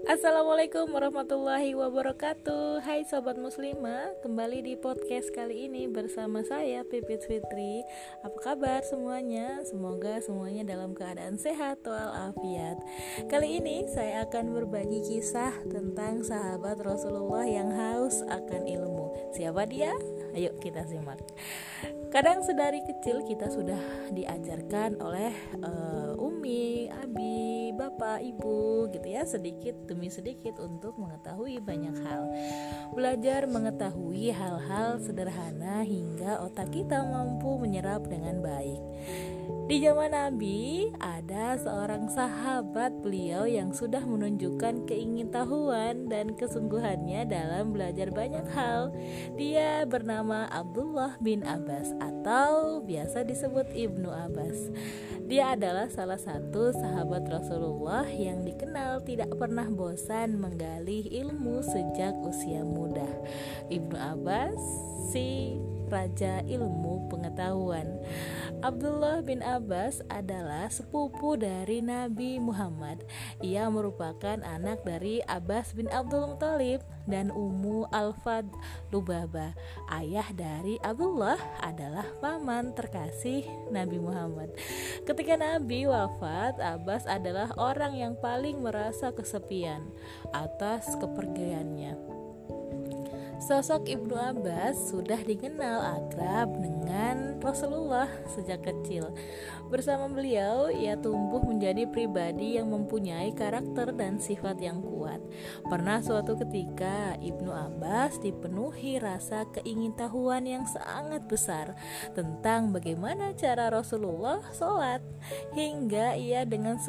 Assalamualaikum warahmatullahi wabarakatuh. Hai sobat muslimah, kembali di podcast kali ini bersama saya Pipit Fitri. Apa kabar semuanya? Semoga semuanya dalam keadaan sehat walafiat. Kali ini saya akan berbagi kisah tentang sahabat Rasulullah yang haus akan ilmu. Siapa dia? Ayo kita simak. Kadang sedari kecil kita sudah diajarkan oleh umi, abi, bapak, ibu gitu ya, sedikit demi sedikit untuk mengetahui banyak hal. Belajar mengetahui hal-hal sederhana hingga otak kita mampu menyerap dengan baik. Di zaman Nabi, ada seorang sahabat beliau yang sudah menunjukkan keingintahuan dan kesungguhannya dalam belajar banyak hal. Dia bernama Abdullah bin Abbas atau biasa disebut Ibnu Abbas. Dia adalah salah satu sahabat Rasulullah yang dikenal tidak pernah bosan menggali ilmu sejak usia muda. Ibnu Abbas, si raja ilmu pengetahuan. Abdullah bin Abbas adalah sepupu dari Nabi Muhammad. Ia merupakan anak dari Abbas bin Abdul Muthalib dan Ummu Al-Fad Lubabah. Ayah dari Abdullah adalah paman terkasih Nabi Muhammad. Ketika Nabi wafat, Abbas adalah orang yang paling merasa kesepian atas kepergiannya. Sosok Ibnu Abbas sudah dikenal akrab dengan Rasulullah sejak kecil. Bersama beliau, ia tumbuh menjadi pribadi yang mempunyai karakter dan sifat yang kuat. Pernah suatu ketika, Ibnu Abbas dipenuhi rasa keingintahuan yang sangat besar tentang bagaimana cara Rasulullah sholat, hingga ia dengan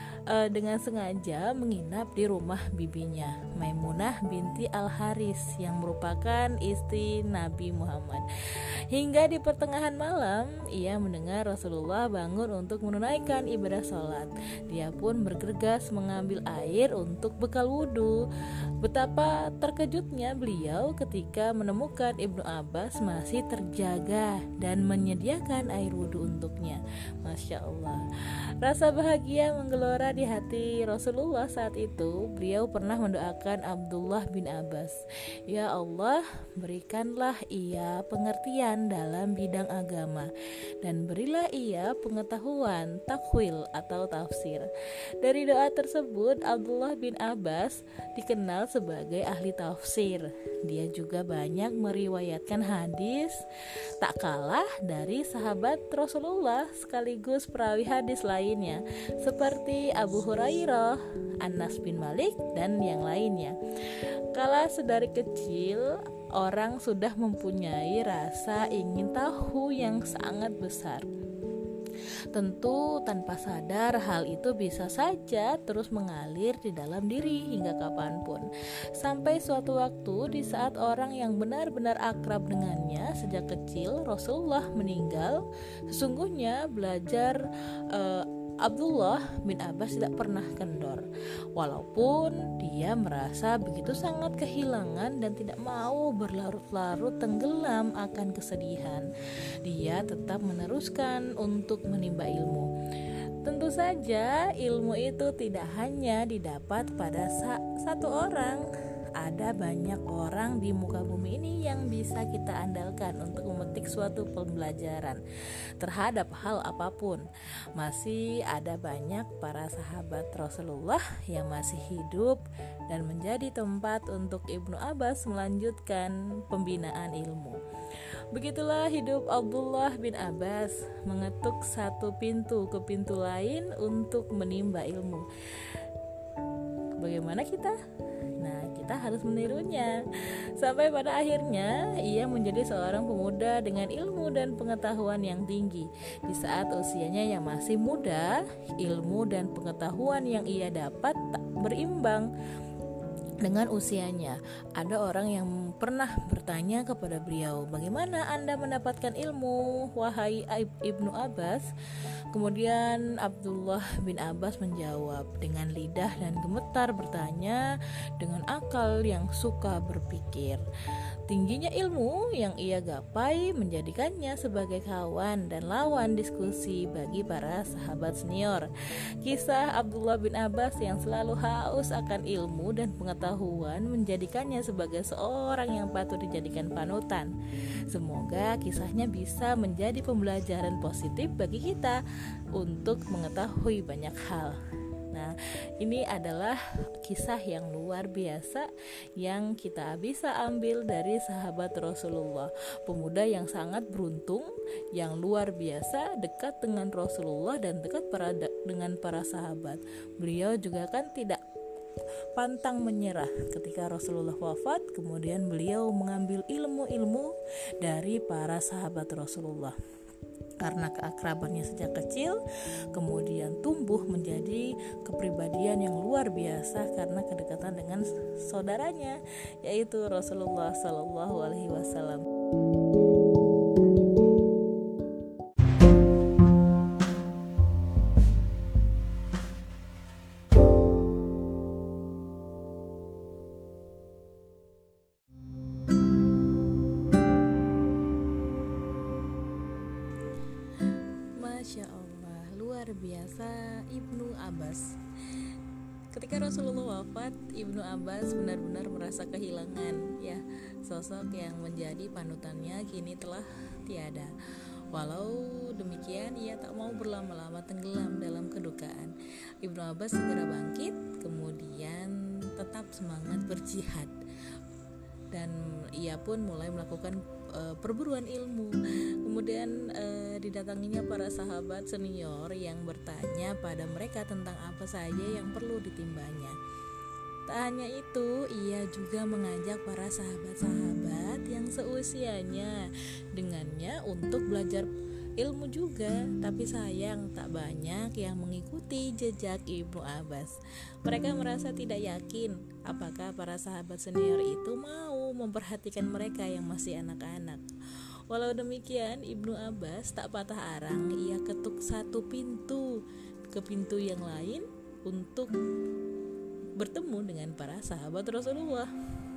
sengaja menginap di rumah bibinya, Maimunah binti Al-Haris, yang merupakan istri Nabi Muhammad. Hingga di pertengahan malam, ia mendengar Rasulullah bangun untuk menunaikan ibadah sholat. Dia pun bergegas mengambil air untuk bekal wudhu. Betapa terkejutnya beliau ketika menemukan Ibnu Abbas masih terjaga dan menyediakan air wudhu untuknya. Masya Allah. Rasa bahagia menggelora di hati Rasulullah saat itu. Beliau pernah mendoakan Abdullah bin Abbas, "Ya Allah, berikanlah ia pengertian dalam bidang agama dan berilah ia pengetahuan takwil atau tafsir." Dari doa tersebut, Abdullah bin Abbas dikenal sebagai ahli tafsir. Dia juga banyak meriwayatkan hadis, tak kalah dari sahabat Rasulullah sekaligus perawi hadis lainnya seperti Abu Hurairah, Anas bin Malik, dan yang lainnya. Kala sedari kecil, orang sudah mempunyai rasa ingin tahu yang sangat besar. Tentu tanpa sadar hal itu bisa saja terus mengalir di dalam diri hingga kapanpun. Sampai suatu waktu di saat orang yang benar-benar akrab dengannya sejak kecil, Rasulullah meninggal, sesungguhnya belajar Abdullah bin Abbas tidak pernah kendor. Walaupun dia merasa begitu sangat kehilangan dan tidak mau berlarut-larut tenggelam akan kesedihan, dia tetap meneruskan untuk menimba ilmu. Tentu saja ilmu itu tidak hanya didapat pada satu orang. Ada banyak orang di muka bumi ini yang bisa kita andalkan untuk memetik suatu pembelajaran terhadap hal apapun. Masih ada banyak para sahabat Rasulullah yang masih hidup dan menjadi tempat untuk Ibnu Abbas melanjutkan pembinaan ilmu. Begitulah hidup Abdullah bin Abbas, mengetuk satu pintu ke pintu lain untuk menimba ilmu. Bagaimana kita? Nah, kita harus menirunya. Sampai pada akhirnya ia menjadi seorang pemuda dengan ilmu dan pengetahuan yang tinggi. Di saat usianya yang masih muda, ilmu dan pengetahuan yang ia dapat tak berimbang dengan usianya. Ada orang yang pernah bertanya kepada beliau, "Bagaimana Anda mendapatkan ilmu, wahai Ibnu Abbas?" Kemudian Abdullah bin Abbas menjawab dengan lidah dan gemetar bertanya dengan akal yang suka berpikir, Tingginya ilmu yang ia gapai menjadikannya sebagai kawan dan lawan diskusi bagi para sahabat senior. Kisah Abdullah bin Abbas yang selalu haus akan ilmu dan pengetahuan menjadikannya sebagai seorang yang patut dijadikan panutan. Semoga kisahnya bisa menjadi pembelajaran positif bagi kita untuk mengetahui banyak hal. Nah, ini adalah kisah yang luar biasa yang kita bisa ambil dari sahabat Rasulullah, pemuda yang sangat beruntung, yang luar biasa dekat dengan Rasulullah dan dekat dengan para sahabat. Beliau juga kan tidak pantang menyerah ketika Rasulullah wafat, kemudian beliau mengambil ilmu-ilmu dari para sahabat Rasulullah. Karena keakrabannya sejak kecil, kemudian tumbuh menjadi kepribadian yang luar biasa karena kedekatan dengan saudaranya, yaitu Rasulullah Sallallahu Alaihi Wasallam. Masya Allah, luar biasa Ibnu Abbas. Ketika Rasulullah wafat, Ibnu Abbas benar-benar merasa kehilangan sosok yang menjadi panutannya kini telah tiada. Walau demikian, ia tak mau berlama-lama tenggelam dalam kedukaan. Ibnu Abbas segera bangkit, kemudian tetap semangat berjihad, dan ia pun mulai melakukan perburuan ilmu. Kemudian didatanginya para sahabat senior yang bertanya pada mereka tentang apa saja yang perlu ditimbanya. Tak hanya itu, ia juga mengajak para sahabat-sahabat yang seusianya dengannya untuk belajar ilmu juga, tapi sayang tak banyak yang mengikuti jejak Ibnu Abbas. Mereka merasa tidak yakin apakah para sahabat senior itu mau memperhatikan mereka yang masih anak-anak. Walau demikian, Ibnu Abbas tak patah arang. Ia ketuk satu pintu ke pintu yang lain untuk bertemu dengan para sahabat Rasulullah.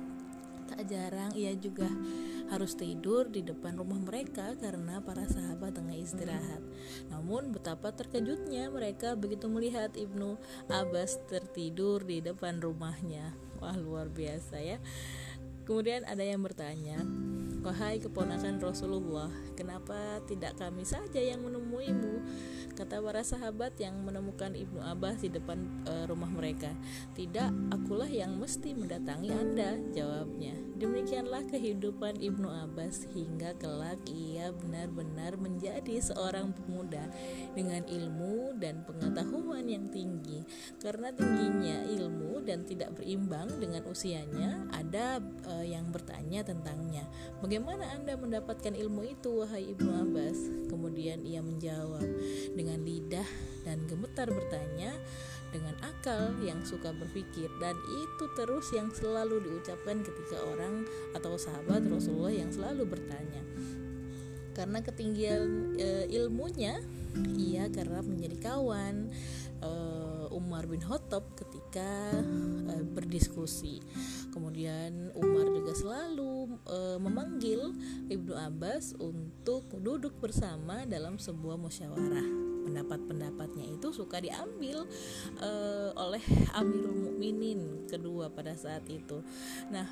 Tak jarang ia juga harus tidur di depan rumah mereka karena para sahabat tengah istirahat. Namun betapa terkejutnya mereka begitu melihat Ibnu Abbas tertidur di depan rumahnya. Wah, luar biasa ya. Kemudian ada yang bertanya, "Wahai keponakan Rasulullah, kenapa tidak kami saja yang menemuimu?" Kata para sahabat yang menemukan Ibnu Abbas di depan rumah mereka. "Tidak, akulah yang mesti mendatangi Anda," jawabnya. Demikianlah kehidupan Ibnu Abbas hingga kelak ia benar-benar menjadi seorang pemuda dengan ilmu dan pengetahuan yang tinggi. Karena tingginya ilmu dan tidak berimbang dengan usianya, ada yang bertanya tentangnya, "Bagaimana Anda mendapatkan ilmu itu, wahai Ibnu Abbas?" Kemudian ia menjawab dengan lidah dan gemetar bertanya, dengan akal yang suka berpikir, dan itu terus yang selalu diucapkan ketika orang atau sahabat Rasulullah yang selalu bertanya. Karena ketinggian ilmunya, ia kerap menjadi kawan Umar bin Khattab ketika berdiskusi. Kemudian Umar juga selalu memanggil Ibnu Abbas untuk duduk bersama dalam sebuah musyawarah. Pendapat-pendapatnya itu suka diambil oleh Amirul Mukminin kedua pada saat itu. Nah,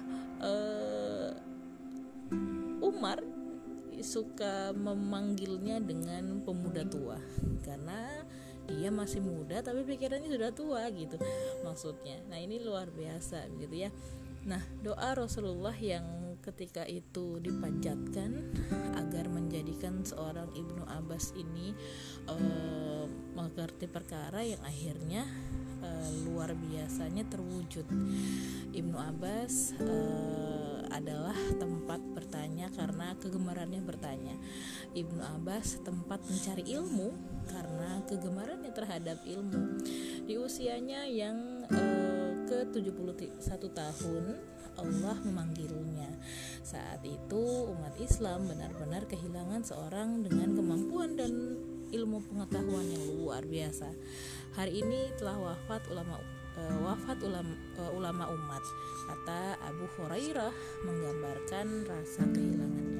Umar suka memanggilnya dengan pemuda tua karena dia masih muda tapi pikirannya sudah tua gitu maksudnya. Nah, ini luar biasa gitu ya. Nah, doa Rasulullah yang ketika itu dipanjatkan agar menjadikan seorang Ibnu Abbas ini mengerti perkara yang akhirnya luar biasanya terwujud. Ibnu Abbas adalah tempat bertanya karena kegemarannya bertanya. Ibnu Abbas tempat mencari ilmu karena kegemarannya terhadap ilmu. Di usianya yang ke-71 tahun Allah memanggilnya. Saat itu umat Islam benar-benar kehilangan seorang dengan kemampuan dan ilmu pengetahuan yang luar biasa. Hari ini telah wafat ulama wafat ulama umat, kata Abu Hurairah menggambarkan rasa kehilangannya.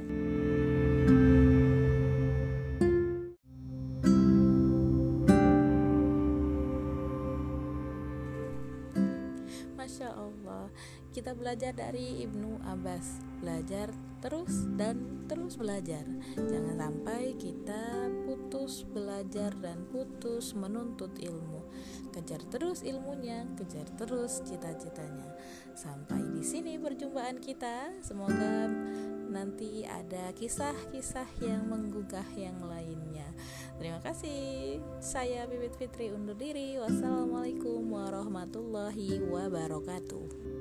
Masya Allah, kita belajar dari Ibnu Abbas, belajar terus dan terus belajar. Jangan sampai kita putus belajar dan putus menuntut ilmu. Kejar terus ilmunya, kejar terus cita-citanya. Sampai di sini perjumpaan kita. Semoga nanti ada kisah-kisah yang menggugah yang lainnya. Terima kasih. Saya Bibit Fitri undur diri. Wassalamualaikum warahmatullahi wabarakatuh.